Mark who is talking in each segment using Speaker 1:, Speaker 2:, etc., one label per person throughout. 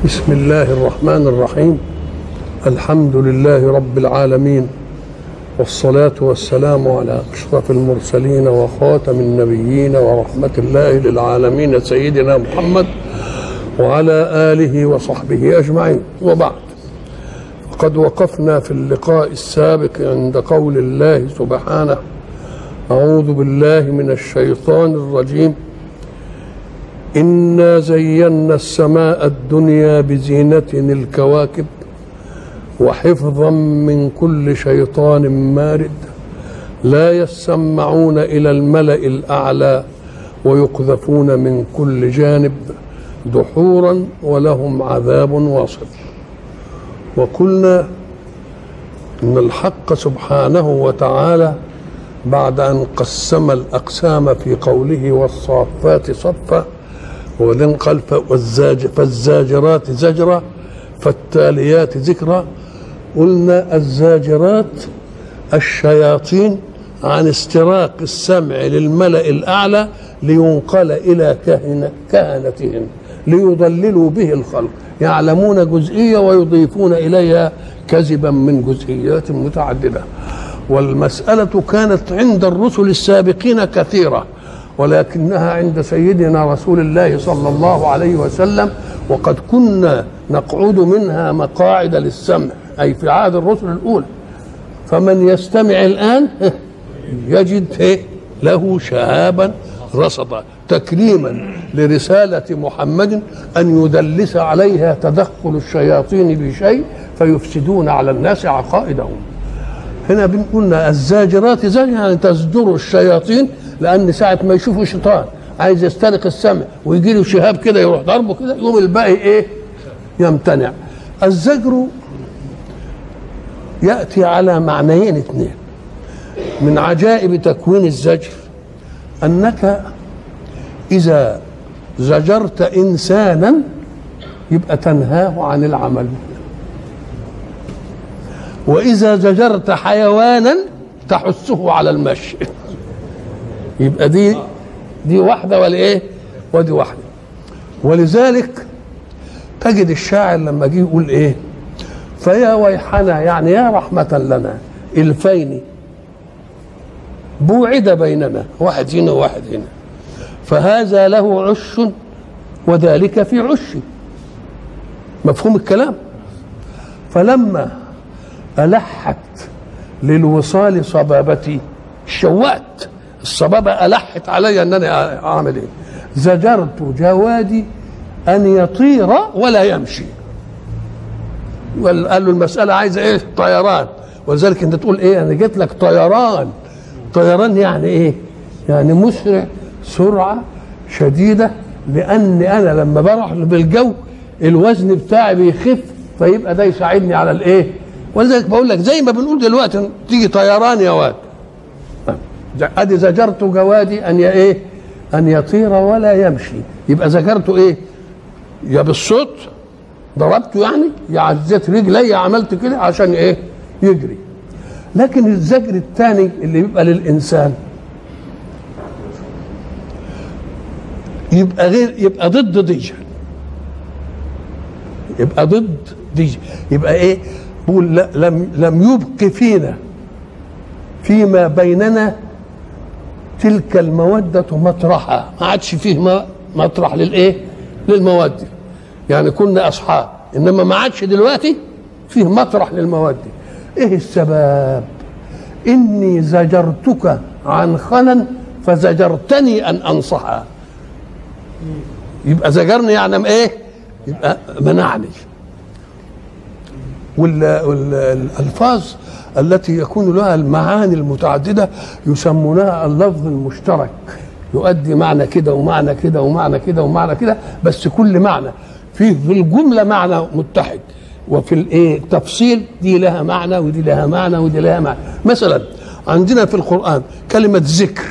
Speaker 1: بسم الله الرحمن الرحيم. الحمد لله رب العالمين، والصلاة والسلام على أشرف المرسلين وخاتم النبيين ورحمة الله للعالمين سيدنا محمد وعلى آله وصحبه أجمعين، وبعد. قد وقفنا في اللقاء السابق عند قول الله سبحانه: أعوذ بالله من الشيطان الرجيم، إنا زينا السماء الدنيا بزينة الكواكب وحفظا من كل شيطان مارد لا يسمعون إلى الملأ الأعلى ويقذفون من كل جانب دحورا ولهم عذاب واصب. وقلنا إن الحق سبحانه وتعالى بعد أن قسم الأقسام في قوله والصافات صفا، وبعدين قال فالزاجرات زجرا فالتاليات ذكرا. قلنا الزاجرات الشياطين عن استراق السمع للملأ الأعلى لينقل إلى كهنتهم ليضللوا به الخلق، يعلمون جزئية ويضيفون إليها كذبا من جزئيات متعددة. والمسألة كانت عند الرسل السابقين كثيرة، ولكنها عند سيدنا رسول الله صلى الله عليه وسلم وقد كنا نقعد منها مقاعد للسمع، أي في عهد الرسل الأولى. فمن يستمع الآن يجد له شهابا رصدا، تكريما لرسالة محمد أن يدلس عليها تدخل الشياطين بشيء فيفسدون على الناس عقائدهم. هنا بنقولنا الزاجرات زاجر، يعني تزجر الشياطين، لأن ساعة ما يشوفوا شيطان عايز يسترق السمع ويجي له شهاب كده يروح ضربه كده، يقوم الباقي يمتنع. الزجر يأتي على معنيين اثنين. من عجائب تكوين الزجر أنك إذا زجرت إنسانا يبقى تنهاه عن العمل، وإذا زجرت حيوانا تحثه على المشي. يبقى دي واحدة ولا ودي واحدة. ولذلك تجد الشاعر لما جه يقول فيا ويحنا، يعني يا رحمة لنا، الفين بوعد بيننا، واحد هنا وواحد هنا، فهذا له عش وذلك في عش. مفهوم الكلام؟ فلما ألحت للوصال صبابتي، شوقت الصبابة ألحت علي أن أنا أعمل زجرت جوادي أن يطير ولا يمشي. قال له المسألة عايزة طيران، ولذلك أنت تقول أنا جيت لك طيران. طيران يعني يعني مسرع، سرعة شديدة، لأن أنا لما بروح بالجو الوزن بتاعي بيخف، فيبقى ده يساعدني على ولذلك بقول لك زي ما بنقول دلوقتي تيجي طيران يا واد. ادي زجرت جوادي ان يطير ولا يمشي. يبقى زجرته يا بالصوت ضربته، يعني يا عزيت رجلي عملت كده عشان يجري. لكن الزجر الثاني اللي بيبقى للانسان يبقى ضد دي، يبقى ضد دي، يبقى بقول لم يبق فينا فيما بيننا تلك المودة مطرحها، ما عادش فيه مطرح للمودة. يعني كنا أصحاب، إنما ما عادش دلوقتي فيه مطرح للمودة. السبب؟ إني زجرتك عن خنا فزجرتني أن أنصحها. يبقى زجرني يعني يبقى منعني. والألفاظ التي يكون لها المعاني المتعددة يسمونها اللفظ المشترك، يؤدي معنى كده ومعنى كده ومعنى كده ومعنى كده، بس كل معنى فيه في الجملة معنى متحد، وفي التفصيل دي لها معنى ودي لها معنى ودي لها معنى. مثلا عندنا في القرآن كلمة ذكر،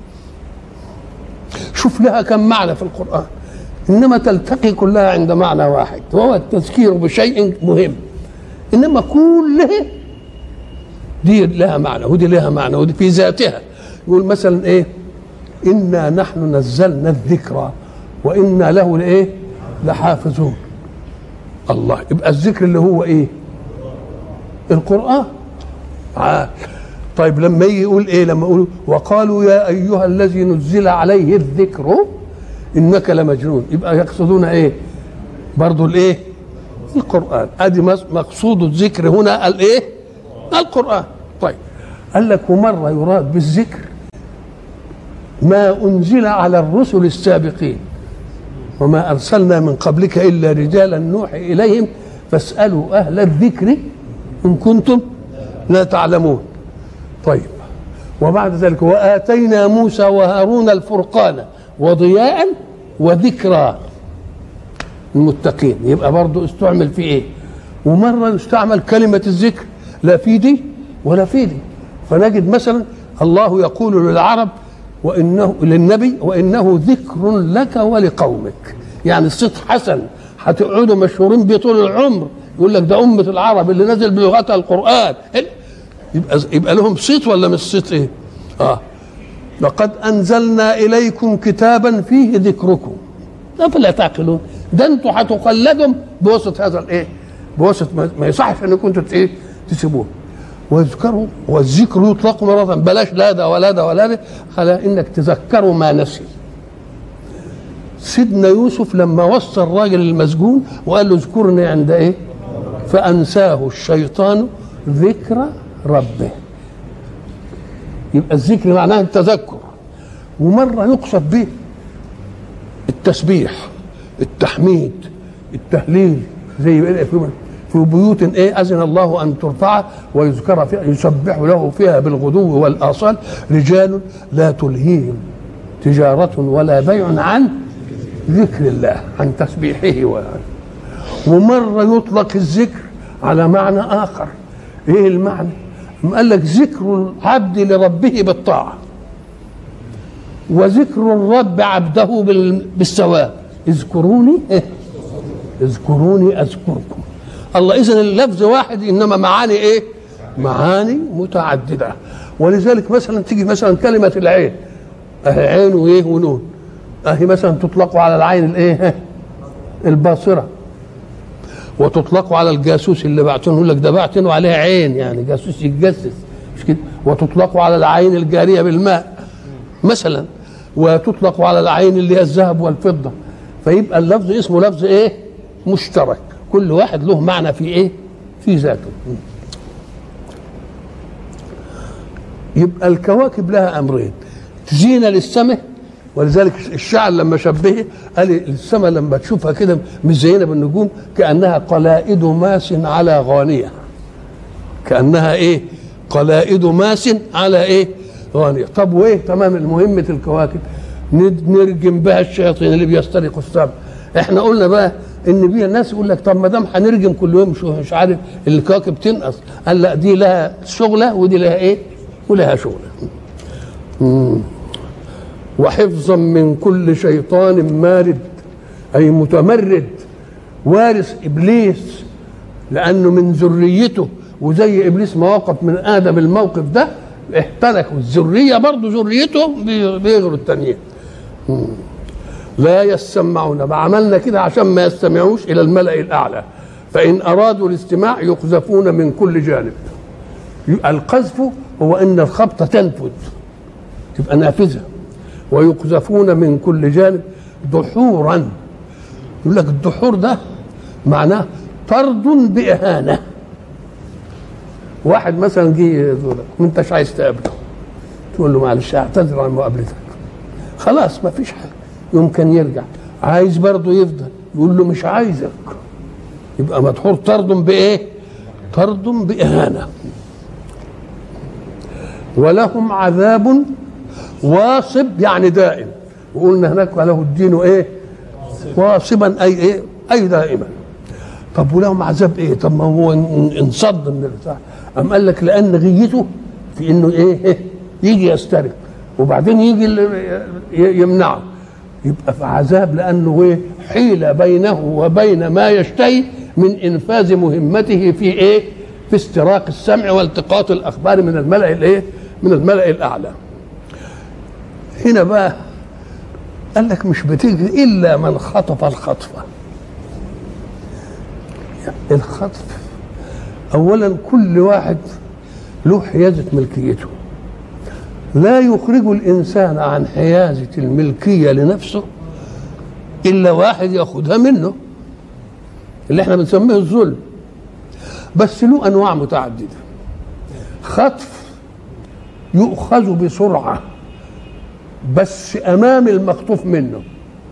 Speaker 1: شوف لها كم معنى في القرآن، إنما تلتقي كلها عند معنى واحد، وهو التذكير بشيء مهم. إنما كلها دي لها معنى ودي لها معنى ودي في ذاتها. يقول مثلا إنا نحن نزلنا الذكر وإنا له لحافظون. الله، يبقى الذكر اللي هو ايه؟ القرآن. طيب لما يجي يقول ايه؟ لما يقول وقالوا يا ايها الذي نزل عليه الذكر انك لمجنون، يبقى يقصدون ايه؟ برضو الايه؟ القرآن. ادي مقصود الذكر هنا الايه؟ القرآن. طيب قال لك ومرة يراد بالذكر ما انزل على الرسل السابقين، وما ارسلنا من قبلك الا رجالا نوحي اليهم فاسالوا اهل الذكر ان كنتم لا تعلمون. طيب وبعد ذلك واتينا موسى وهارون الفرقان وضياء وذكرى المتقين، يبقى برضو استعمل في ايه؟ ومره يستعمل كلمه الذكر لا في دي ولا في دي. فنجد مثلا الله يقول للعرب وانه للنبي وانه ذكر لك ولقومك، يعني الصيت حسن هتقعدوا مشهورين بيه طول العمر، يقول لك ده امه العرب اللي نزل بلغتها القران، يبقى لهم صيت ولا مش صيت ايه؟ لقد انزلنا اليكم كتابا فيه ذكركم افلا تعقلون. ده انتوا هتقلدوا بواسطه هذا الايه؟ بواسطه ما يصحش انكم انتوا ايه؟ تسيبوه. واذكروا والذكر يطلق مرة، بلاش لا ده ولا ده ولا ده، على انك تذكروا ما نسي. سيدنا يوسف لما وصى الراجل المسجون وقال له اذكرني عند ايه؟ فانساه الشيطان ذكر ربه. يبقى الذكر معناه التذكر. ومره يقصد به التسبيح، التحميد، التهليل، زي في بيوت ايه اذن الله ان ترفع ويذكر فيها يسبح له فيها بالغدو والاصال رجال لا تلهيهم تجاره ولا بيع عن ذكر الله، عن تسبيحه. ومره يطلق الذكر على معنى اخر. ايه المعنى؟ قال لك ذكر العبد لربه بالطاعه، وذكر الرب عبده بالثواب. اذكروني اذكروني اذكركم. الله اذن اللفظ واحد انما معاني ايه؟ معاني متعدده. ولذلك مثلا تيجي مثلا كلمه العين، اهي عين وايه ونون، اهي مثلا تطلق على العين الايه؟ الباصره، وتطلق على الجاسوس اللي بعتنه، يقول لك ده بعتنه عليها عين، يعني جاسوس يتجسس مش كده. وتطلق على العين الجاريه بالماء مثلا، وتطلق على العين اللي هي الذهب والفضه. فيبقى اللفظ اسمه لفظ ايه؟ مشترك، كل واحد له معنى في ايه؟ في ذاته. يبقى الكواكب لها امرين، زينه للسماء. ولذلك الشاعر لما شبهه قال السماء لما تشوفها كده مزينه بالنجوم كانها قلائد ماس على غانيه. كانها ايه؟ قلائد ماس على ايه؟ غانيه. طب وايه تمام مهمه الكواكب؟ نرجم بها الشياطين اللي بيسترقوا السماء. احنا قلنا بقى ان بيها الناس يقول لك طب ما دام هنرجم كل يوم مش عارف الكواكب تنقص. قال لا، دي لها شغله ودي لها ايه؟ ولها شغله. وحفظا من كل شيطان مارد، اي متمرد وارث ابليس، لانه من ذريته، وزي ابليس ما وقف من ادم الموقف ده احتلك، والذريه برضه ذريته بيغروا التانيين. لا يسمعون، ما عملنا كده عشان ما يستمعوش الى الملأ الاعلى، فان ارادوا الاستماع يقذفون من كل جانب. القذف هو ان الخبطه تنفذ تبقى نافذه، ويقذفون من كل جانب دحورا. يقول لك الدحور ده معناه طرد باهانه. واحد مثلا جه يقول لك ما انتش عايز تقابله، تقول له معلش اعتذر عن مقابلتك، خلاص ما فيش حاجه، يمكن يرجع. عايز برضه يفضل، يقول له مش عايزك، يبقى مدحور طرد بايه؟ طرد باهانه. ولهم عذاب واصب، يعني دائم. وقلنا هناك وله الدين ايه؟ واصبا، اي ايه؟ اي دائما. طب ولهم عذاب ايه؟ طب ما هو انصد من البتاع. قام قال لك لان غيته في انه ايه؟ يجي يسترق وبعدين يجي يمنعه، يبقى في عذاب، لانه ايه؟ حيل بينه وبين ما يشتهي من انفاذ مهمته في ايه؟ في استراق السمع والتقاط الاخبار من الملأ الايه؟ من الملأ الاعلى. هنا بقى قال لك مش بتيجي الا من خطف الخطفه. يعني الخطف اولا كل واحد له حيازه ملكيته، لا يخرج الانسان عن حيازه الملكيه لنفسه الا واحد ياخذها منه اللي احنا بنسميه الظلم، بس له انواع متعدده. خطف يؤخذ بسرعه بس امام المخطوف منه،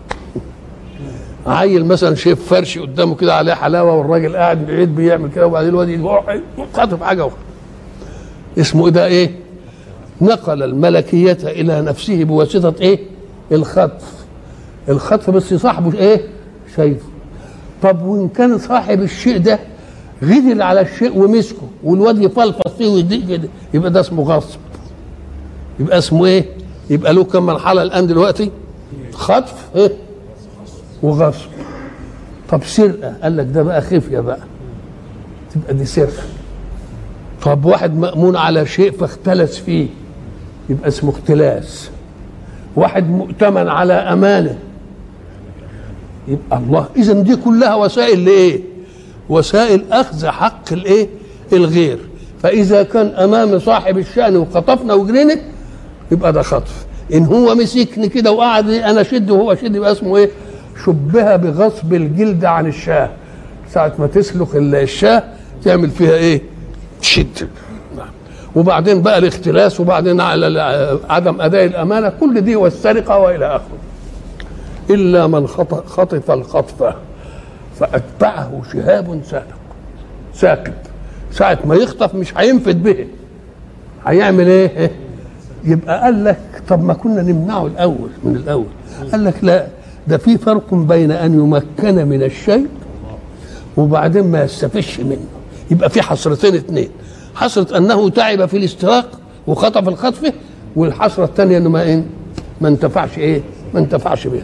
Speaker 1: عيل مثلا شايف فرش قدامه كده عليه حلاوه والراجل قاعد بعيد بيعمل كده وبعدين الواد يروح خاطف حاجه أخرى. اسمه ده ايه؟ نقل الملكيه الى نفسه بواسطه ايه؟ الخطف. الخطف بس صاحبه ايه؟ شايفه. طب وان كان صاحب الشيء ده غدر على الشيء ومسكه والواد يفلفص فيه ويديه كده، يبقى ده اسمه غصب. يبقى اسمه ايه؟ يبقى له كم مرحله الان دلوقتي؟ خطف ايه؟ وغصب. طب سرقه، قال لك ده بقى خفيه بقى، تبقى دي سرقه. طب واحد مأمون على شيء فاختلس فيه، يبقى اسمه اختلاس. واحد مؤتمن على امانه، يبقى الله. اذا دي كلها وسائل لايه؟ وسائل اخذ حق الايه؟ الغير. فاذا كان امام صاحب الشأن وخطفنا وجرينا يبقى ده خطف. ان هو مسكني كده وقعد انا شد وهو شد يبقى اسمه ايه؟ شبه بغصب الجلد عن الشاه. ساعة ما تسلخ الشاه تعمل فيها ايه؟ تشد. وبعدين بقى الاختلاس، وبعدين على عدم اداء الامانه، كل دي والسرقه والى اخره. الا من خطف الخطفه فاتبعه شهاب ثاقب. ساعة ما يخطف مش هينفد به، هيعمل ايه؟ يبقى قال لك طب ما كنا نمنعه الاول من الاول. قال لك لا، ده في فرق بين ان يمكن من الشيء وبعدين ما يستفش منه. يبقى في حسرتين اثنين، حسرة انه تعب في الاستراق وخطف الخطفه، والحسرة الثانية انه ما انتفعش ايه؟ ما انتفعش بها.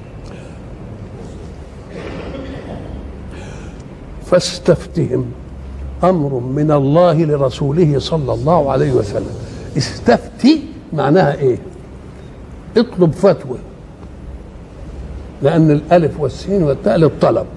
Speaker 1: فاستفتهم امر من الله لرسوله صلى الله عليه وسلم. استفتي معناها ايه؟ اطلب فتوى، لان الالف والسين والتاء للطلب.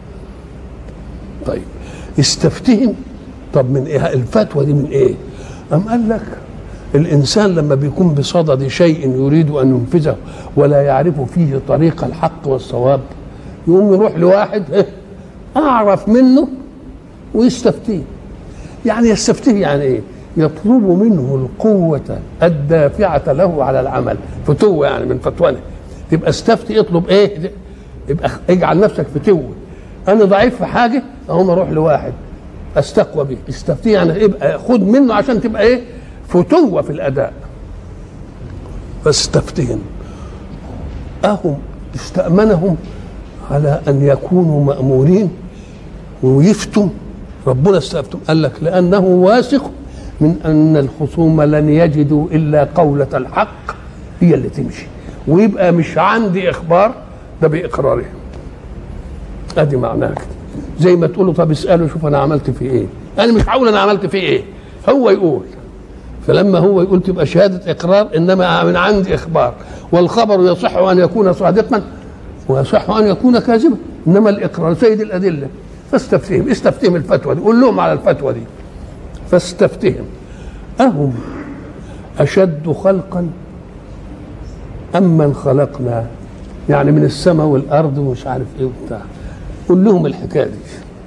Speaker 1: طيب استفتهم، طب من ايه الفتوى دي؟ من ايه؟ قال لك الانسان لما بيكون بصدد شيء يريد ان ينفذه ولا يعرف فيه طريق الحق والصواب، يقوم يروح لواحد اعرف منه ويستفتيه. يعني يستفتيه يعني ايه؟ يطلب منه القوة الدافعة له على العمل. فتوة يعني من فتوانه. تبقى استفتي، اطلب ايه؟ يبقى اجعل نفسك فتوة. انا ضعيف في حاجة اقوم اروح لواحد استقوى به. استفتيه يعني يبقى خد منه عشان تبقى ايه؟ فتوة في الاداء. فاستفتهم اهم استأمنهم على ان يكونوا مأمورين ويفتوا. ربنا استفتهم، قال لك لانه واثق من ان الخصوم لن يجدوا الا قولة الحق هي اللي تمشي، ويبقى مش عندي اخبار، ده باقرارهم. ادي معناها كده. زي ما تقول له طب اساله شوف انا عملت فيه ايه. انا مش هقول انا عملت فيه ايه، هو يقول. فلما هو يقول تبقى شهاده اقرار، انما من عندي اخبار، والخبر يصح ان يكون صادقا ويصح ان يكون كاذبا، انما الاقرار سيد الادله. فاستفتهم، استفتهم الفتوى دي، قول لهم على الفتوى دي. فاستفتهم أهم أشد خلقا أم من خلقنا؟ يعني من السماء والأرض ومش عارف إيه وبتاع. قول لهم الحكاية دي.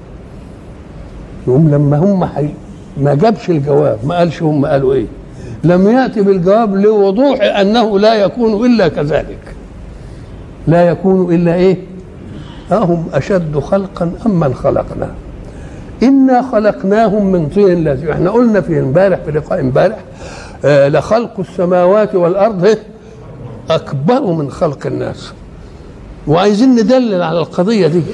Speaker 1: يقوم لما هم ما جابش الجواب، ما قالش هم قالوا إيه، لم يأتي بالجواب لوضوح أنه لا يكون إلا كذلك. لا يكون إلا إيه؟ أهم أشد خلقا أم من خلقنا؟ إنا خلقناهم من طين لازم. احنا قلنا في امبارح، في لقاء امبارح، لخلق السماوات والأرض أكبر من خلق الناس. وعايزين ندلل على القضية دي.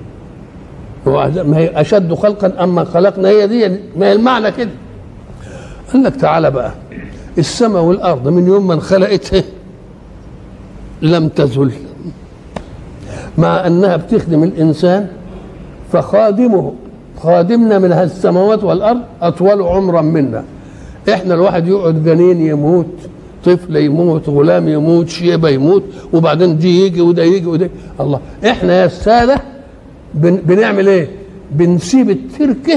Speaker 1: ما هي أشد خلقا أم من خلقنا، هي دي ما هي المعنى كده. قال لك تعالى بقى، السماء والأرض من يوم من خلقتها لم تزل، مع أنها بتخدم الإنسان. خادمنا من السماوات والأرض أطول عمرا منا. إحنا الواحد يقعد جنين يموت، طفل يموت، غلام يموت، شيبة يموت، وبعدين دي يجي وده يجي وده. الله، إحنا يا السادة بنعمل إيه؟ بنسيب التركه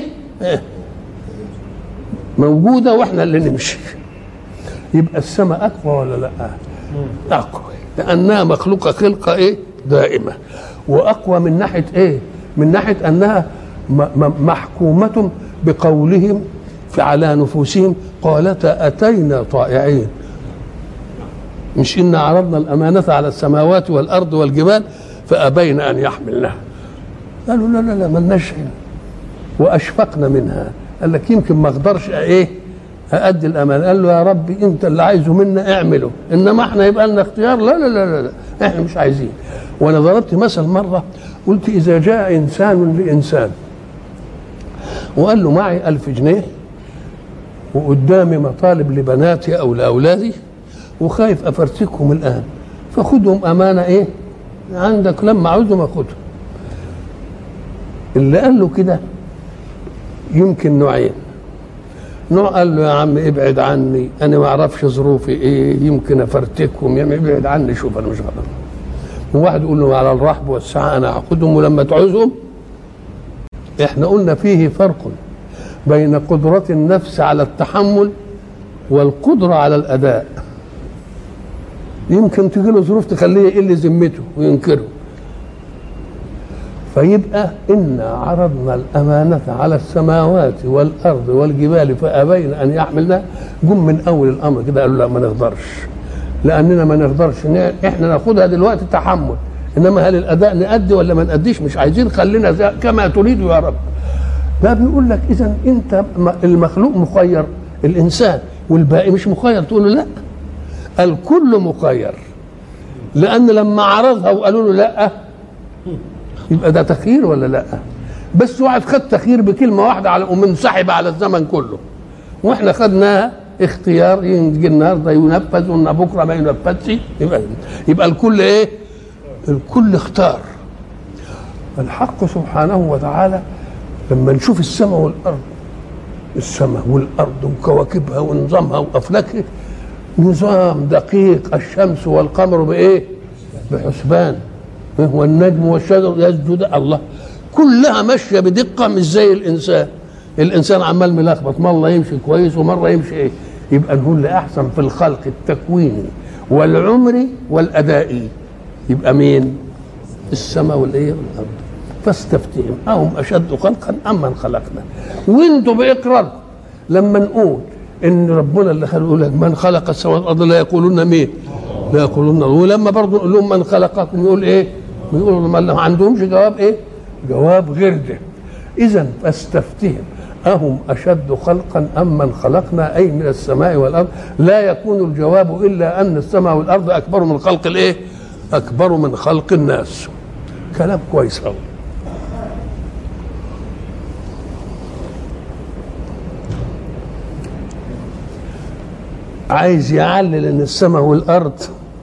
Speaker 1: موجوده واحنا اللي نمشي. يبقى السماء اقوى ولا لا؟ اقوى، لانها مخلوقه خلقه ايه؟ دائمه. واقوى من ناحيه ايه؟ من ناحيه انها محكومه بقولهم على نفوسهم قالتا اتينا طائعين. مش إن عرضنا الأمانة على السماوات والأرض والجبال فأبين أن يحملنها. قالوا لا لا لا ملناش هنا، وأشفقنا منها. قال لك يمكن ما أقدرش إيه أأدي الأمانة. قال له يا ربي أنت اللي عايزه منا اعمله، إنما إحنا يبقى لنا اختيار؟ لا لا لا لا إحنا مش عايزين. وأنا ضربت مثل مرة قلت إذا جاء إنسان لإنسان وقال له معي 1000 جنيه وقدامي مطالب لبناتي أو لأولادي وخايف افرتكهم الان، فخدهم امانه ايه عندك لما عاوزهم اخدهم. اللي قال له كده يمكن نوعين. نوع قال له يا عم ابعد عني، انا ما اعرفش ظروفي ايه، يمكن افرتكهم، يعني ابعد عني، شوف انا مش غلط. وواحد يقول له على الرحب والسعه انا هاخدهم ولما تعوزهم. احنا قلنا فيه فرق بين قدره النفس على التحمل والقدره على الاداء. يمكن تجي له ظروف تخليه يقل ذمته وينكره. فيبقى إنا عرضنا الأمانة على السماوات والأرض والجبال فأبين أن يحملنها. جم من أول الأمر كده قالوا لا ما نقدرش، لأننا ما نقدرش إحنا ناخدها دلوقتي تحمل، إنما هل الأداء نأدي ولا ما نأديش؟ مش عايزين، خلينا كما تريد يا رب. ده بيقول لك إذا أنت المخلوق مخير، الإنسان، والباقي مش مخير. تقول له لا، الكل مخير، لأن لما عرضها وقالوا له لا يبقى ده تخيير ولا لا؟ بس واحد خد تخيير بكلمة واحدة على ومنسحب على الزمن كله، واحنا خدناها اختيار، يجي النهارده ينفذ وإن بكره ما ينفذش. يبقى الكل ايه؟ الكل اختار. الحق سبحانه وتعالى لما نشوف السماء والأرض، السماء والأرض وكواكبها ونظامها وأفلاكها نظام دقيق، الشمس والقمر بايه؟ بحسبان، والنجم والشجر يسجد، الله كلها ماشيه بدقه، مش زي الانسان. الانسان عمال ملخبط، مره يمشي كويس ومره يمشي ايه. يبقى نقول لاحسن في الخلق التكويني والعمري والادائي يبقى مين؟ السماء والايه والارض. فاستفتهم اهم اشد خلقا ام من خلقنا. وانتم باقراركم لما نقول ان ربنا اللي خلق لك من خلق السماوات والارض لا يقولون مين؟ لا يقولون. ولما برضه نقول لهم من خلقكم يقول ايه؟ يقولوا ما عندهمش جواب ايه؟ جواب غير ده. اذا فاستفتهم اهم اشد خلقا ام من خلقنا، اي من السماء والارض. لا يكون الجواب الا ان السماء والارض اكبر من خلق الايه؟ اكبر من خلق الناس. كلام كويس قوي. عايز يعلل ان السماء والارض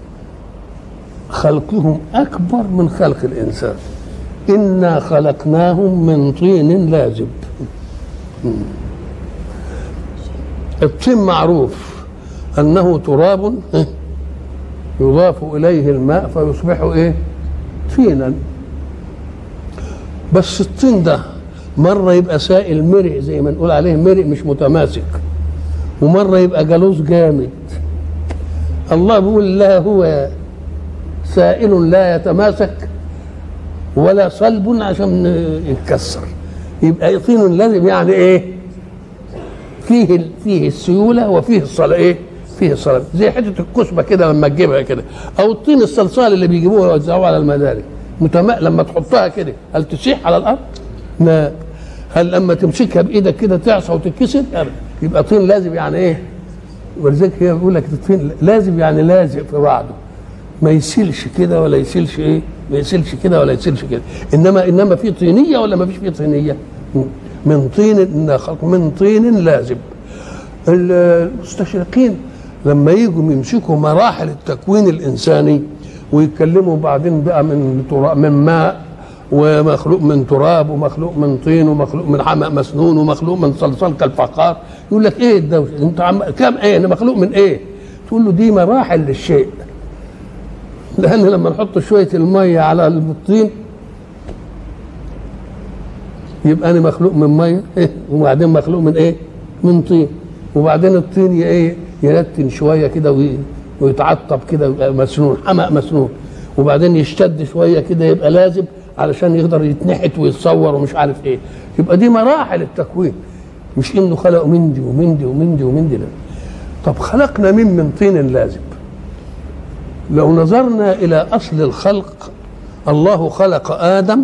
Speaker 1: خلقهم اكبر من خلق الانسان. انا خلقناهم من طين لازب. الطين معروف انه تراب يضاف اليه الماء فيصبح ايه؟ طينا. بس الطين ده مره يبقى سائل مرئ زي ما نقول عليه مرئ مش متماسك، ومره يبقى جلوس جامد. الله بيقول لا هو سائل لا يتماسك ولا صلب عشان يتكسر. يبقى طين لازم يعني ايه؟ فيه السيوله وفيه الصلاه ايه؟ فيه الصلاه، زي حته الكسبه كده لما تجيبها كده، او الطين الصلصال اللي بيجيبوه ويوزعوه على المدارس لما تحطها كده هل تسيح على الارض؟ لا. هل لما تمسكها بايدك كده تعصى وتتكسر؟ يبقى طين لازم يعني ايه؟ ولذلك هي بيقول لك الطين لازم يعني لازق في بعضه، ما يسيلش كده ولا يسيلش ايه؟ ما يسيلش كده ولا يسيلش كده. انما في طينيه ولا ما فيش في طينيه؟ من طين، خلق من طين لازب. المستشرقين لما يجوا يمسكوا مراحل التكوين الانساني ويتكلموا بعدين بقى من ماء، ومخلوق من تراب، ومخلوق من طين، ومخلوق من حمأ مسنون، ومخلوق من صلصال كالفخار، يقول لك ايه الدوشه؟ انت كام ايه؟ انا مخلوق من ايه؟ تقول له دي مراحل للشيء. لان لما نحط شويه الميه على الطين يبقى انا مخلوق من ميه وبعدين مخلوق من ايه؟ من طين. وبعدين الطين ايه؟ ينتن شويه كده ويتعطب كده ويبقى مسنون، حمأ مسنون. وبعدين يشتد شويه كده يبقى لازب علشان يقدر يتنحت ويتصور ومش عارف ايه. يبقى دي مراحل التكوين، مش انه خلق من دي ومن دي ومن دي ومن دي. لا. طب خلقنا من طين لازب. لو نظرنا الى اصل الخلق، الله خلق ادم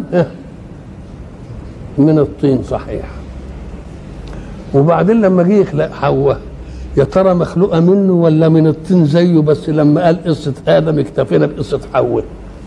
Speaker 1: من الطين صحيح، وبعدين لما جه يخلق حواء يا ترى مخلوقه منه ولا من الطين زيه؟ بس لما قال قصه ادم اكتفينا بقصه حواء.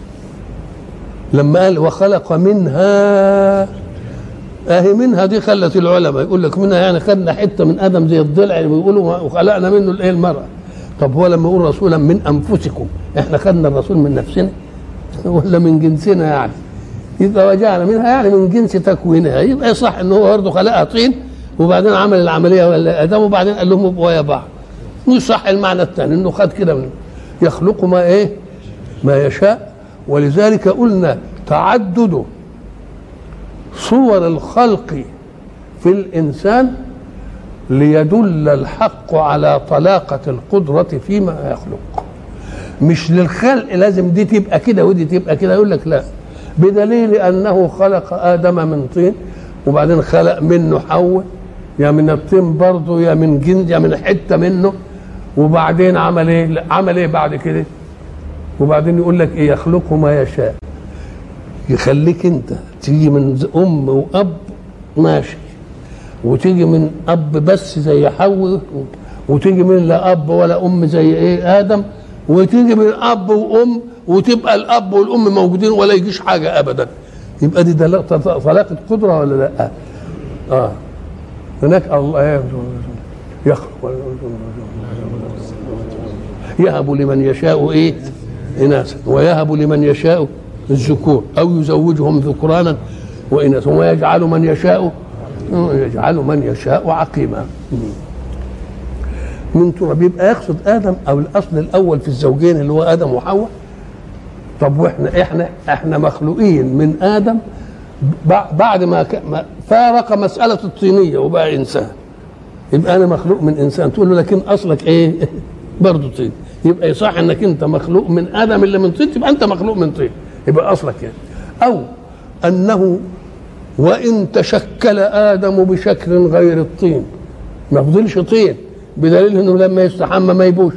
Speaker 1: لما قال وخلق منها، اهي منها دي خلت العلماء يقول لك منها يعني خدنا حته من ادم زي الضلع اللي بيقولوا وخلقنا منه الايه المرأة. طب هو لما يقول رسولا من انفسكم، احنا خدنا الرسول من نفسنا ولا من جنسنا؟ يعني يبقى وجعنا منها يعني من جنس تكوينها. يبقى صح ان هو برضه خلقها طين وبعدين عمل العمليه ولا ادم وبعدين قال لهم ابقوا يا بعض. مش صح المعنى الثاني انه خد كده من يخلق ما ايه؟ ما يشاء. ولذلك قلنا تعدد صور الخلق في الانسان ليدل الحق على طلاقه القدره فيما يخلق. مش للخلق لازم دي تبقى كده ودي تبقى كده. يقول لك لا، بدليل انه خلق ادم من طين وبعدين خلق منه حواء، يا من الطين برضه يا من جنس يا من حته منه. وبعدين عمل ايه؟ عمل ايه بعد كده؟ وبعدين يقول لك ايه؟ يخلق ما يشاء. يخليك انت تيجي من ام واب ماشي، وتيجي من اب بس زي حواء، وتيجي من لا اب ولا ام زي ايه؟ ادم، وتيجي من اب وام وتبقى الاب والام موجودين ولا يجيش حاجه ابدا. يبقى دي طلاقه قدره ولا لا؟ هناك الله يخلق يهب لمن يشاء ايه؟ اناثا ويهب لمن يشاء الذكور او يزوجهم ذكرانا واناثا ويجعل من يشاء عقيما. من تراب. يبقى يقصد ادم او الاصل الاول في الزوجين اللي هو ادم وحواء. طب واحنا مخلوقين من ادم بعد ما فارق مساله الطينيه وبقى انسان. يبقى انا مخلوق من انسان. تقول له لكن اصلك ايه؟ برضه طين. يبقى يصح انك انت مخلوق من ادم اللي من طين، تبقى انت مخلوق من طين، يبقى اصلك يعني. او انه وان تشكل ادم بشكل غير الطين، ما فضلش طين، بدليل انه لما يستحمى ما يبوش.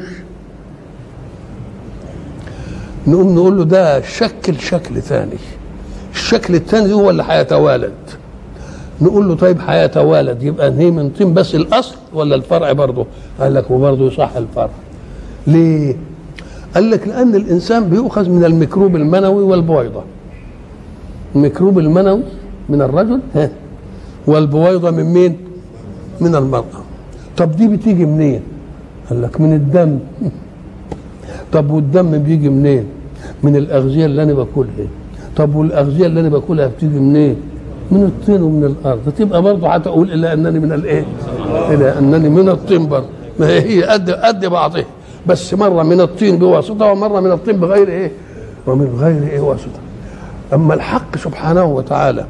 Speaker 1: نقوم نقول له ده شكل ثاني. الشكل الثاني هو اللي هيتوالد. نقول له طيب هيتوالد يبقى هي من طين بس الاصل ولا الفرع برضه؟ قال لك وبرضه يصح الفرع. ليه؟ قال لك لان الانسان بيؤخذ من الميكروب المنوي والبويضه. الميكروب المنوي من الرجل والبويضه من مين؟ من المراه. طب دي بتيجي منين؟ قال لك من الدم. طب والدم بيجي منين؟ من الاغذيه اللي انا باكلها. طب والاغذيه اللي انا باكلها بتيجي منين؟ من الطين ومن الارض. تبقى برضه هتقول الا انني من الايه؟ الا انني من الطين برضه. ما هي قد بعضها، بس مره من الطين بواسطه ومره من الطين بغير ايه؟ ومن غير ايه واسطه. اما الحق سبحانه وتعالى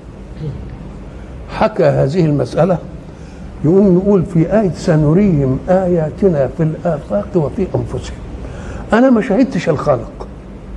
Speaker 1: حكى هذه المساله، يقوم نقول في آية سنريهم آياتنا في الآفاق وفي أنفسهم. أنا ما شهدتش الخلق،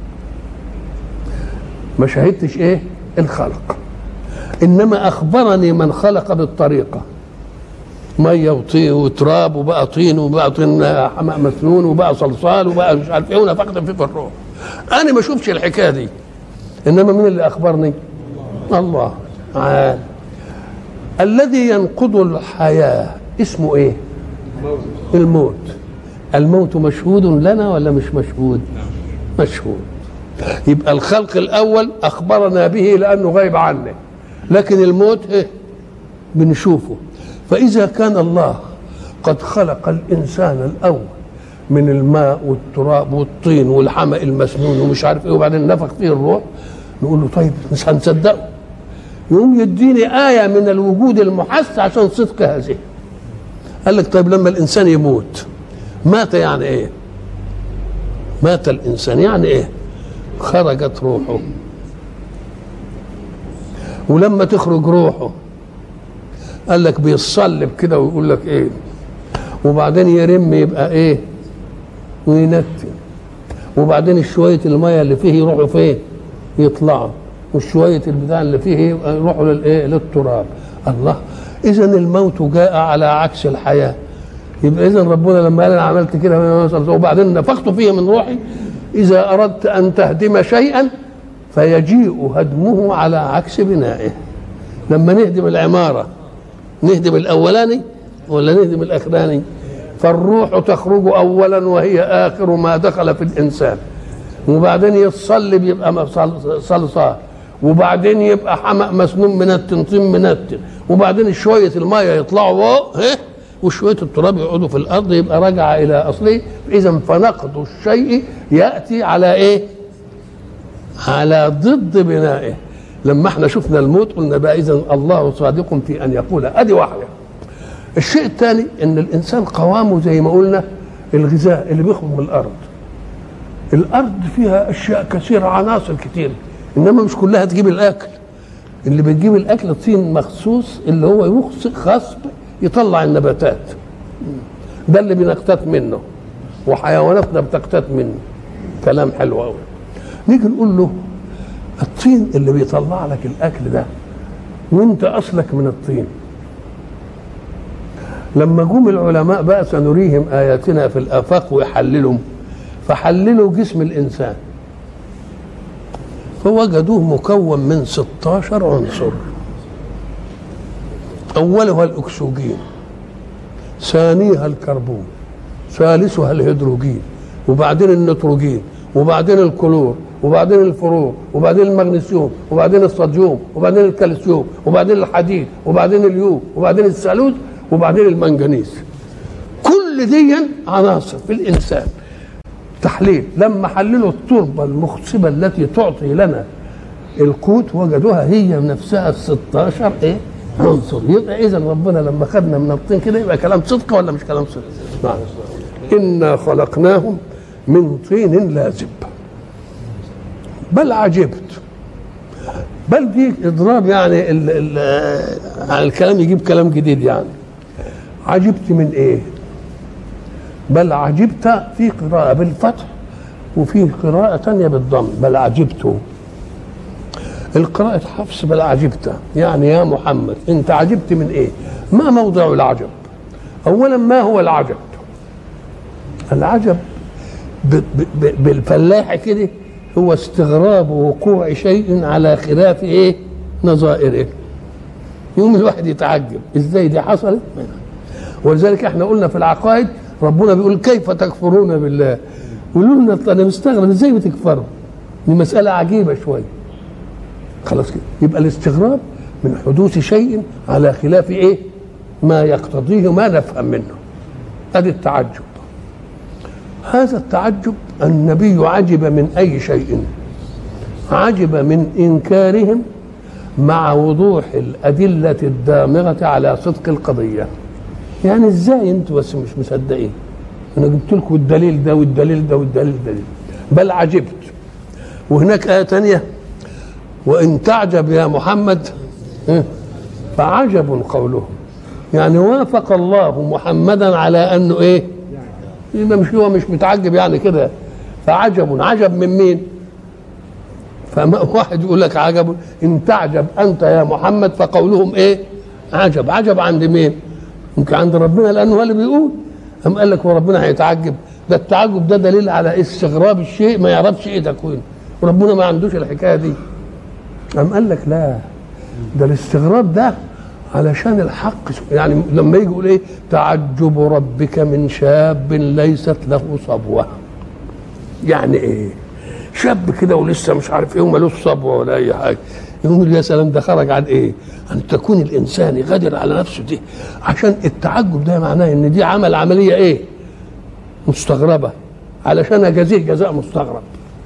Speaker 1: ما شهدتش إيه؟ الخلق، إنما أخبرني من خلق بالطريقة. مية وطين وتراب وبقى طين وبقى طين حماء مسنون وبقى صلصال وبقى مش عارف إيه ونفخت فيه في الروح. أنا ما شفتش الحكاية دي، إنما مين اللي أخبرني؟ الله تعالى. الذي ينقض الحياة اسمه ايه؟ الموت. الموت مشهود لنا ولا مش مشهود؟ مشهود. يبقى الخلق الاول اخبرنا به لانه غايب عنه، لكن الموت ايه؟ بنشوفه. فاذا كان الله قد خلق الانسان الاول من الماء والتراب والطين والحمأ المسنون ومش عارف ايه وبعدين نفخ فيه الروح، نقول له طيب مش هنصدقه. يقوم يديني آية من الوجود المحس عشان صدق هذه. قال لك طيب لما الإنسان يموت مات يعني إيه؟ مات الإنسان يعني إيه؟ خرجت روحه. ولما تخرج روحه قال لك بيتصلب كده ويقول لك ايه، وبعدين يرم يبقى ايه وينتن، وبعدين شويه الميه اللي فيه يروحوا فين يطلعوا، وشويه البتاع اللي فيه يروحوا للايه للتراب. الله، اذا الموت جاء على عكس الحياه. يبقى اذا ربنا لما قال انا عملت كده وبعدين نفخت فيه من روحي، اذا اردت ان تهدم شيئا فيجيء هدمه على عكس بنائه. لما نهدم العماره نهدم الاولاني ولا نهدم الاخراني؟ فالروح تخرج اولا وهي اخر ما دخل في الانسان، وبعدين يتصلب يبقى صلصال، وبعدين يبقى حمأ مسنون منتن طين منتن، وبعدين شويه الميه يطلعوا فوق وشويه التراب يقعدوا في الارض، يبقى رجع الى اصله. اذا فنقض الشيء ياتي على ايه؟ على ضد بنائه. لما احنا شفنا الموت قلنا بقى اذا الله صادق في ان يقول ادي واحده. الشيء الثاني ان الانسان قوامه زي ما قلنا الغذاء اللي بيخرج من الارض. الارض فيها اشياء كثيره، عناصر كثيره، انما مش كلها تجيب الاكل. اللي بتجيب الاكل طين مخصوص اللي هو خصب يطلع النباتات، ده اللي بنقتات منه، وحيواناتنا بتقتات منه. كلام حلو قوي. نيجي نقول له الطين اللي بيطلع لك الاكل ده وانت اصلك من الطين. لما جم العلماء بقى سنريهم اياتنا في الافاق ويحللهم، فحللوا جسم الانسان فوجدوه مكون من 16 عنصر. اولها الاكسجين، ثانيها الكربون، ثالثها الهيدروجين، وبعدين النيتروجين، وبعدين الكلور، وبعدين الفلور، وبعدين المغنيسيوم، وبعدين الصوديوم، وبعدين الكالسيوم، وبعدين الحديد، وبعدين اليود، وبعدين الثالوث، وبعدين المنجنيز. كل دي عناصر في الانسان. تحليل لما حللوا التربه المخصبه التي تعطي لنا القوت وجدوها هي نفسها ال 16 عنصر. يبقى اذا ربنا لما خدنا من الطين كده يبقى كلام صدق ولا مش كلام صدق؟ نعم. انا خلقناهم من طين لازب. بل عجبت، بل دي اضراب يعني الكلام يجيب كلام جديد. يعني عجبت من ايه؟ بل عجبت في قراءة بالفتح وفي قراءة تانية بالضم. بل عجبت. القراءة حفص بل عجبت، يعني يا محمد انت عجبت من ايه؟ ما موضع العجب؟ اولا ما هو العجب؟ العجب بالفلاح كده هو استغراب وقوع شيء على خلاف ايه نظائره. يوم الواحد يتعجب ازاي دي حصلت. ولذلك احنا قلنا في العقائد ربنا بيقول كيف تكفرون بالله. قولوا لنا انا مستغرب ازاي بتكفروا، دي مساله عجيبه شويه. خلاص كده يبقى الاستغراب من حدوث شيء على خلاف ايه ما يقتضيه ما نفهم منه. ادي التعجب. هذا التعجب النبي عجب من اي شيء؟ عجب من انكارهم مع وضوح الادله الدامغه على صدق القضيه. يعني ازاي انتوا بس مش مصدقين؟ انا جبت لكم الدليل ده والدليل ده والدليل ده. بل عجبت. وهناك ايه ثانيه وان تعجب يا محمد فعجب قولهم. يعني وافق الله محمدا على انه ايه؟ يبقى مش هو مش متعجب يعني كده. فعجب، عجب من مين؟ فما واحد يقول لك عجب ان تعجب انت يا محمد فقولهم ايه؟ عجب. عجب عند مين؟ يمكن عند ربنا لانه هو اللي بيقول. أم قال لك هو ربنا هيتعجب؟ ده التعجب ده دليل على استغراب الشيء ما يعرفش ايه تكوينه، وربنا ما عندوش الحكايه دي. أم قال لك لا، ده الاستغراب ده علشان الحق. يعني لما يجي يقول ايه تعجب ربك من شاب ليست له صبوه. يعني ايه؟ شاب كده ولسه مش عارف ايه ومالوش صبوه ولا اي حاجه، يقول يا سلام ده خرج عن ايه؟ ان تكون الانسان يغادر على نفسه دي. عشان التعجب ده معناه ان دي عمليه ايه؟ مستغربه، علشان اجازيه جزاء مستغرب.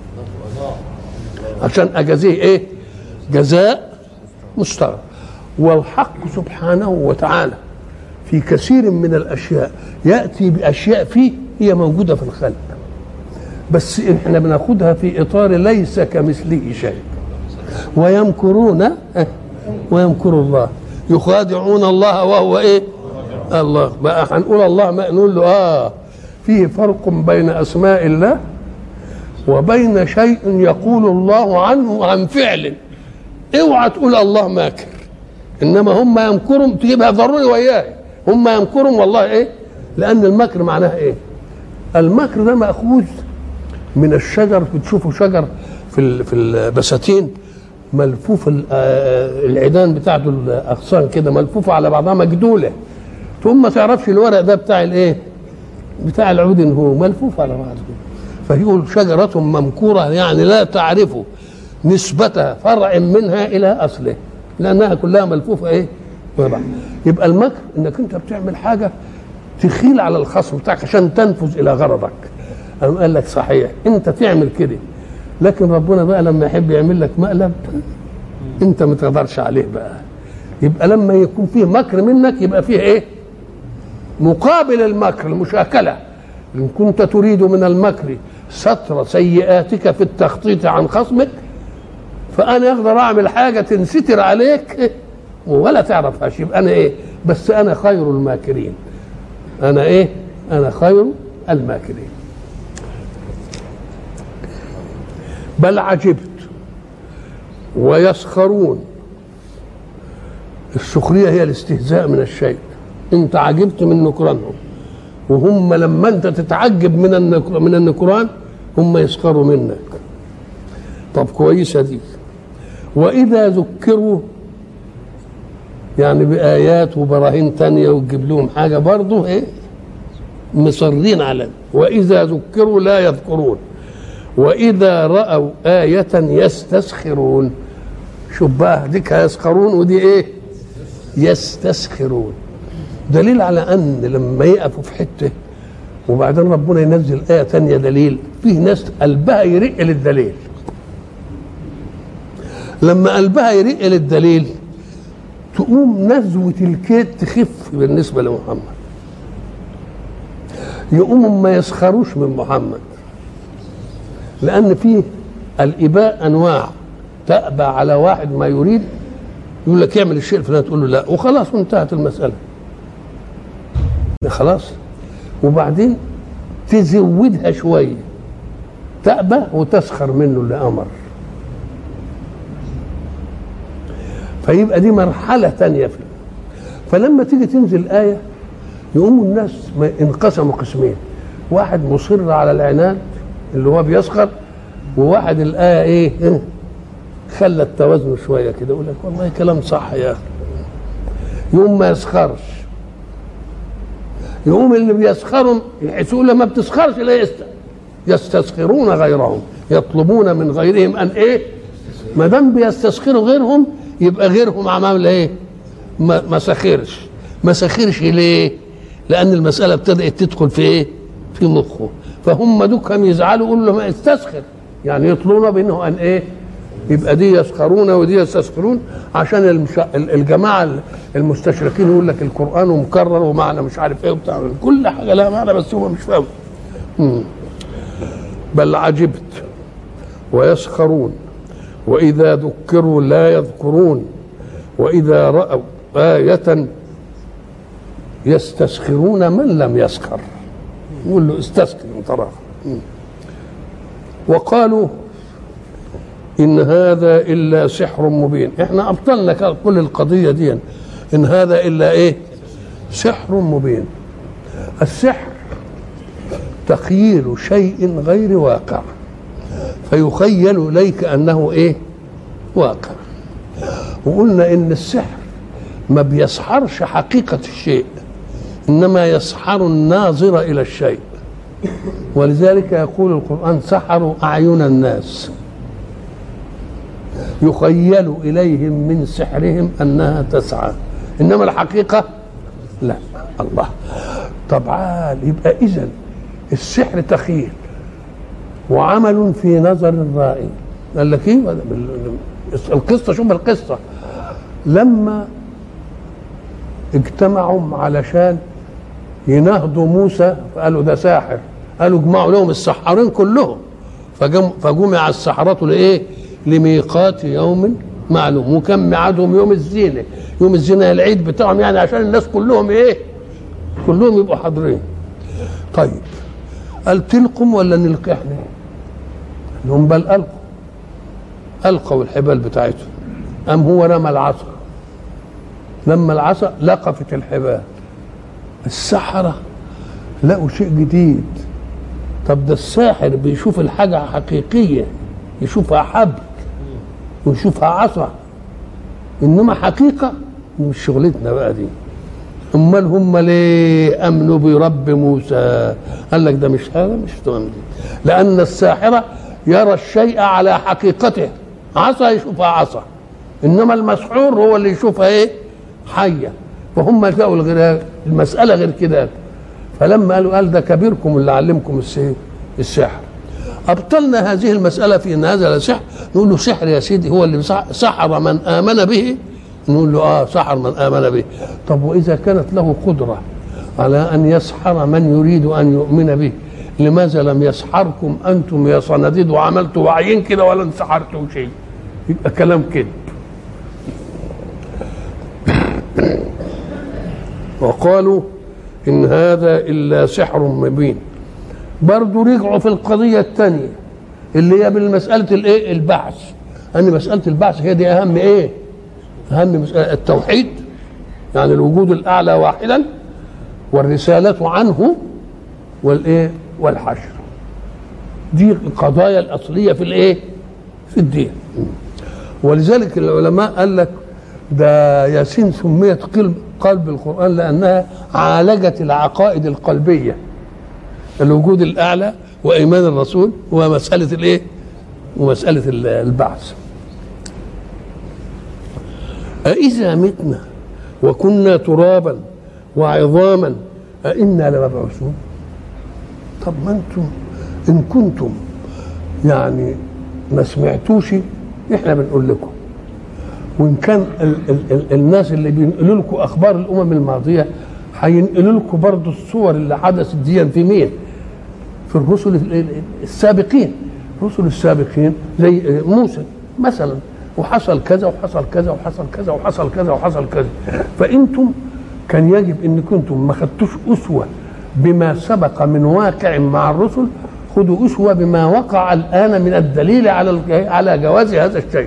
Speaker 1: عشان اجازيه ايه؟ جزاء مستغرب. والحق سبحانه وتعالى في كثير من الاشياء ياتي باشياء فيه هي موجوده في الخلق، بس احنا بناخدها في اطار ليس كمثله شيء. ويمكرون ويمكر الله. يخادعون الله وهو ايه؟ الله. بقى هنقول الله ما نقول له فيه فرق بين اسماء الله وبين شيء يقول الله عنه عن فعل. اوعى تقول الله ماكر، انما هم يمكرهم تجيبها ضروري وياه، هم يمكرهم والله ايه؟ لان المكر معناها ايه؟ المكر ده ماخوذ من الشجر. بتشوفوا شجر في البساتين ملفوف العيدان بتاعته الاغصان كده ملفوفه على بعضها مجدوله، ثم ما تعرفش الورق ده بتاع الايه؟ بتاع العود هو ملفوف على بعضه. فيقول شجرة ممكورة يعني لا تعرف نسبتها فرع منها إلى أصله لأنها كلها ملفوفة إيه؟ يبقى المكر إنك أنت بتعمل حاجة تخيل على الخصم بتاعك عشان تنفذ إلى غرضك. أم قال لك صحيح أنت تعمل كده، لكن ربنا بقى لما يحب يعمل لك مقلب أنت ما تقدرش عليه بقى. يبقى لما يكون فيه مكر منك يبقى فيه إيه؟ مقابل المكر المشاكلة. إن كنت تريد من المكر ستر سيئاتك في التخطيط عن خصمك فأنا أقدر أعمل حاجة تنستر عليك ولا تعرفهاش، يبقى أنا إيه؟ بس أنا خير الماكرين. أنا إيه؟ أنا خير الماكرين. بل عجبت ويسخرون. السخرية هي الاستهزاء من الشيء. أنت عجبت من نكرانهم، وهم لما أنت تتعجب من النكران هم يسخروا منك. طب كويسة دي. وإذا ذكروا يعني بآيات وبراهين تانية وتجيب لهم حاجة برضه إيه؟ مصرين على. وإذا ذكروا لا يذكرون وإذا رأوا آية يستسخرون. شوف بقى ديك يسخرون ودي إيه؟ يستسخرون. دليل على أن لما يقفوا في حتة وبعدين ربنا ينزل آية تانية دليل، فيه ناس قلبها يرق للدليل. لما قلبها يرق للدليل تقوم نزوة الكيد تخف بالنسبة لمحمد، يقوموا ما يسخروش من محمد. لأن فيه الإباء أنواع. تأبى على واحد ما يريد، يقول لك يعمل الشيء الفلاني تقول له لا وخلاص وانتهت المسألة خلاص. وبعدين تزودها شوية تأبى وتسخر منه اللي أمر، فيبقى دي مرحلة تانية فيه. فلما تيجي تنزل آية يقوموا الناس انقسموا قسمين، واحد مصر على العناد اللي هو بيسخر، وواحد الآية ايه خلت توازنه شوية كده يقول لك والله كلام صح يا أخي، يقوم ما يسخرش. يقوم اللي بيسخرهم يحسوا لما بتسخرش لا يستسخرون غيرهم، يطلبون من غيرهم ان ايه؟ ما دام بيستسخروا غيرهم يبقى غيرهم عمل ايه؟ ما سخرش ليه؟ لان المساله ابتدات تدخل في ايه؟ في مخه. فهم دوكهم يزعلوا يقولوا له ما استسخر، يعني يطلبون بانه ان ايه؟ يبقى دي يسخرون ودي يستسخرون. عشان الجماعه المستشرقين يقول لك القران مكرر ومعنى مش عارف ايه وبتاع، كل حاجه لها معنى بس هم مش فاهمين. بل عجبت ويسخرون واذا ذكروا لا يذكرون واذا راوا آية يستسخرون من لم يسخر. يقول له استسخر ترى. وقالوا إن هذا إلا سحر مبين. إحنا أبطلنا كل القضية دي. إن هذا إلا إيه؟ سحر مبين. السحر تخييل شيء غير واقع فيخيل إليك أنه إيه؟ واقع. وقلنا إن السحر ما بيسحرش حقيقة الشيء، إنما يسحر الناظر إلى الشيء. ولذلك يقول القرآن سحروا أعين الناس يخيل إليهم من سحرهم أنها تسعى، إنما الحقيقة لا. الله. طبعا يبقى إذن السحر تخيل وعمل في نظر الرائي. قال لك إيه القصة؟ شوف القصة. لما اجتمعوا علشان ينهضوا موسى فقالوا ده ساحر، قالوا اجمعوا لهم السحارين كلهم، فجمع السحرة لإيه؟ لميقات يوم معلوم. وكم ميعادهم؟ يوم الزينه. يوم الزينه العيد بتاعهم يعني عشان الناس كلهم ايه؟ كلهم يبقوا حاضرين. طيب قال تلقم ولا نلقي احنا؟ هم بل القوا الحبال بتاعتهم. هو رمى العصا، لما العصا لقفت الحبال. السحرة لقوا شيء جديد. طب ده الساحر بيشوف الحاجة حقيقية، يشوفها حبل ويشوفها عصا، انما حقيقة مش شغلتنا بقى دي. امال هم ليه امنوا برب موسى؟ قال لك ده مش هذا، مش تمام دي، لان الساحرة يرى الشيء على حقيقته، عصا يشوفها عصا، انما المسحور هو اللي يشوفها ايه؟ حية. فهم لقوا المسألة غير كده. فلما قال ده كبيركم اللي علمكم السحر. أبطلنا هذه المسألة في أن هذا سحر، نقول له سحر يا سيدي هو اللي سحر من آمن به، نقول له سحر من آمن به. طب وإذا كانت له قدرة على أن يسحر من يريد أن يؤمن به، لماذا لم يسحركم أنتم يا صناديد وعملتوا وعيين كده ولا انسحرتوا شيء؟ يبقى كلام كده. وقالوا إن هذا إلا سحر مبين. برضو رجعوا في القضية الثانية اللي هي بالمسألة الايه؟ البعث. أن مسألة البعث هي دي أهم ايه؟ أهم مسألة التوحيد، يعني الوجود الأعلى واحدا، والرسالة عنه، والايه؟ والحشر. دي القضايا الأصلية في الايه؟ في الدين. ولذلك العلماء قال لك ده ياسين سميت قلب القرآن لأنها عالجت العقائد القلبية، الوجود الأعلى وإيمان الرسول ومسألة الإيه؟ ومسألة البعث. أإذا متنا وكنا ترابا وعظاما أإنا لمبعوثون؟ طب ما أنتم إن كنتم يعني ما سمعتوش إحنا بنقول لكم، وإن كان الناس اللي بينقلوا لكم أخبار الأمم الماضية هينقلوا لكم برضه الصور اللي حدثت دي في مين؟ في الرسل السابقين. الرسل السابقين زي موسى مثلا، وحصل كذا وحصل كذا وحصل كذا وحصل كذا وحصل كذا. فأنتم كان يجب إن كنتم ما خدتوش أسوة بما سبق من واقع مع الرسل، خذوا أسوة بما وقع الآن من الدليل على جواز هذا الشيء.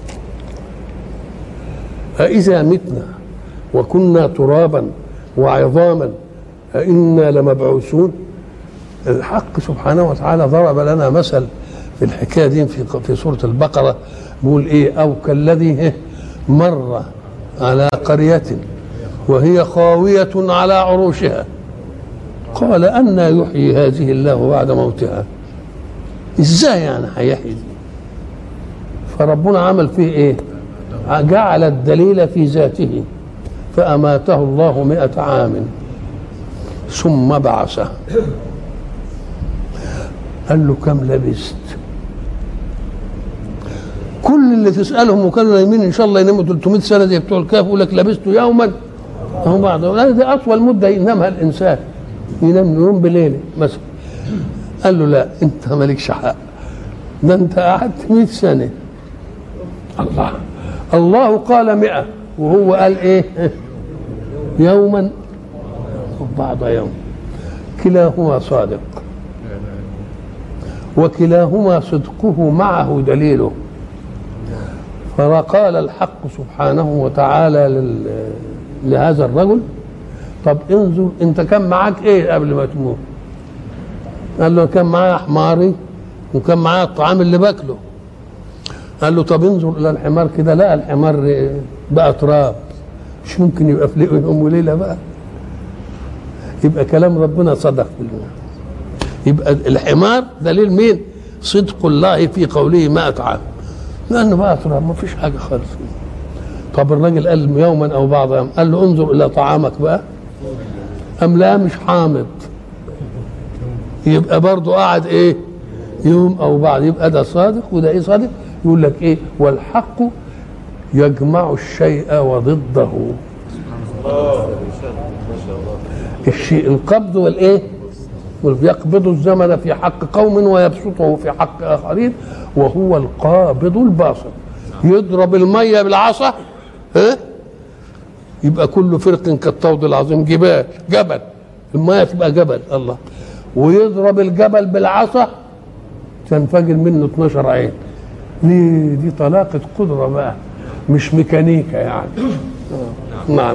Speaker 1: أإذا متنا وكنا ترابا وعظاما أإنا لمبعوثون؟ الحق سبحانه وتعالى ضرب لنا مثل في الحكاية دي في سورة البقرة، بيقول إيه؟ أو كالذي مر على قرية وهي خاوية على عروشها قال أنى يحيي هذه الله بعد موتها. إزاي يعني هيحيي؟ فربنا عمل فيه إيه؟ جعل الدليل في ذاته فأماته الله 100 عام ثم بعثه. قال له كم لبست؟ كل اللي تسألهم وكانوا نايمين إن شاء الله يناموا 300 سنة زي بتوع الكهف، يقول لك لبست يوما أو بعض. دي أطول مدة ينامها الإنسان، ينام يوم بليلة مثلا. قال له لا أنت مالكش حق، ده أنت قعدت 100 سنة. الله قال 100 وهو قال إيه؟ يوما وبعض يوم. كلاهما صادق، وكلاهما صدقه معه دليله. فقال الحق سبحانه وتعالى لهذا الرجل طب انظر انت كان معاك ايه قبل ما تموت؟ قال له كان معايا حماري وكان معايا الطعام اللي باكله. قال له طب انظر الى الحمار كده، لا الحمار بقى تراب، مش ممكن يبقى في يوم وليله بقى. يبقى كلام ربنا صدق بالله. يبقى الحمار دليل مين؟ صدق الله في قوله 100 عام، لانه بقى تراب ما فيش حاجه خالص. طب الراجل قال يوما او بعض يوم، قال له انظر الى طعامك بقى، ام لا مش حامض، يبقى برضه قاعد ايه؟ يوم او بعض. يبقى ده صادق وده ايه صادق. يقول لك ايه؟ والحق يجمع الشيء وضده. الشيء القبض والايه؟ يقبض الزمن في حق قوم ويبسطه في حق اخرين، وهو القابض الباسط. يضرب الميه بالعصا يبقى كل فرق كالطود العظيم. جبل الميه تبقى جبل الله. ويضرب الجبل بالعصا تنفجر منه 12 عين. دي طلاقة قدرة بقى، مش ميكانيكا يعني. نعم.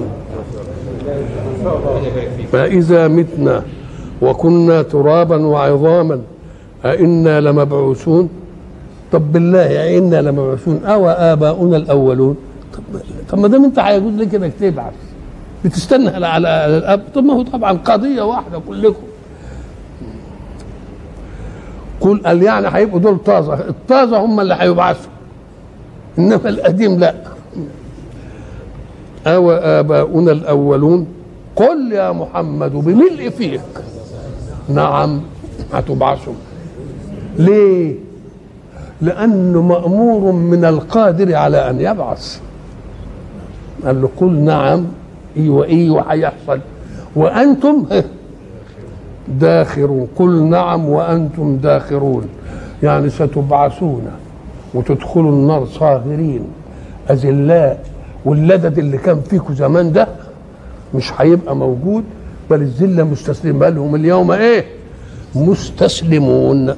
Speaker 1: فإذا متنا وكنا ترابا وعظاما أئنا لمبعوثون. طب بالله أئنا لمبعوثون أو آباؤنا الأولون. طب ما دام أنت هيجوز لك إنك تبعث بتستنى على الأب؟ طب ما هو طبعا قضية واحدة كلكم. قل يعني هيبقوا دول طازة، الطازة هم اللي هيبعثوا، إنما القديم لا. أو آباؤنا الأولون قل يا محمد بملء فيك نعم هتبعثوا. ليه؟ لأنه مأمور من القادر على أن يبعث. قال له قل نعم ايوه هيحصل وأنتم داخرون. قل نعم وأنتم داخرون، يعني ستبعثون وتدخلوا النار صاغرين أذلاء، واللدد اللي كان فيكم زمان ده مش هيبقى موجود، بل الذله مستسلم. بل هم اليوم مستسلمون.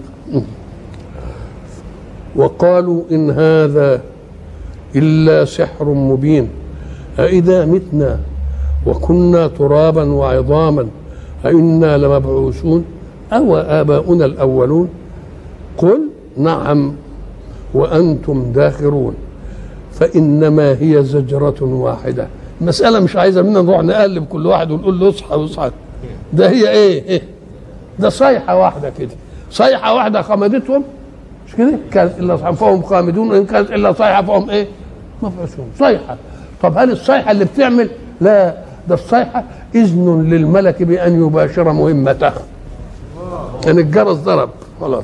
Speaker 1: وقالوا إن هذا إلا سحر مبين أإذا متنا وكنا ترابا وعظاما أإنا لمبعوثون أو آباؤنا الأولون قل نعم وأنتم داخرون فإنما هي زجرة واحدة. المسألة مش عايزة منا نروح نقلب كل واحد ونقول له اصحى واصحى. ده هي ايه؟ ده صيحة واحدة كده، صيحة واحدة خمدتهم، مش كده؟ كانت إلا صيحة فهم خامدون، وإن كانت إلا صيحة فهم إيه؟ مبعوثون. صيحة. طب هل الصيحة اللي بتعمل؟ لا، ده الصيحة إذن للملك بأن يباشر مهمته. يعني الجرس ضرب خلاص.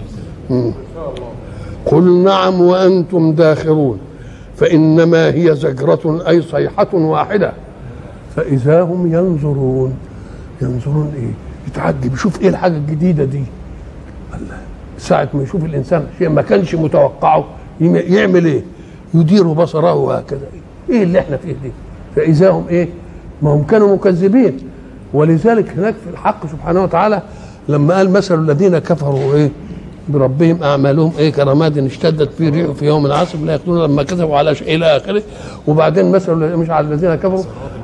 Speaker 1: قل نعم وأنتم داخرون فإنما هي زجرة أي صيحة واحدة فإذا هم ينظرون. ينظرون إيه؟ يتعجب يشوف إيه الحاجة الجديدة دي. ساعة ما يشوف الإنسان شيء ما كانش متوقعه يعمل إيه؟ يدير بصره هكذا. إيه اللي إحنا فيه دي؟ فإذا هم إيه؟ ما هم كانوا مكذبين. ولذلك هناك في الحق سبحانه وتعالى لما قال مثل الذين كفروا إيه؟ بربهم أعمالهم إيه كرماد اشتدت فيه الريح في يوم عاصف لا يقدرون لما كذبوا على شيء إلى آخره. وبعدين مثل مش على الذين كفروا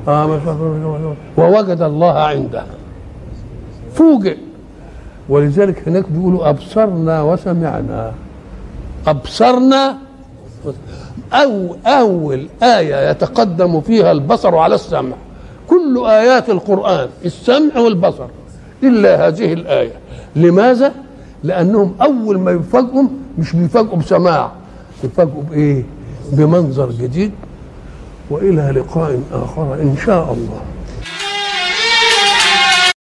Speaker 1: ووجد الله عنده فوجئ. ولذلك هناك بيقولوا أبصرنا وسمعنا. أبصرنا أول آية يتقدم فيها البصر على السمع. كل آيات القرآن السمع والبصر إلا هذه الآية. لماذا؟ لأنهم أول ما يفاجئوا مش بيفاجئوا بسماع، يفاجئوا بإيه؟ بمنظر جديد. وإلى لقاء آخر إن شاء الله.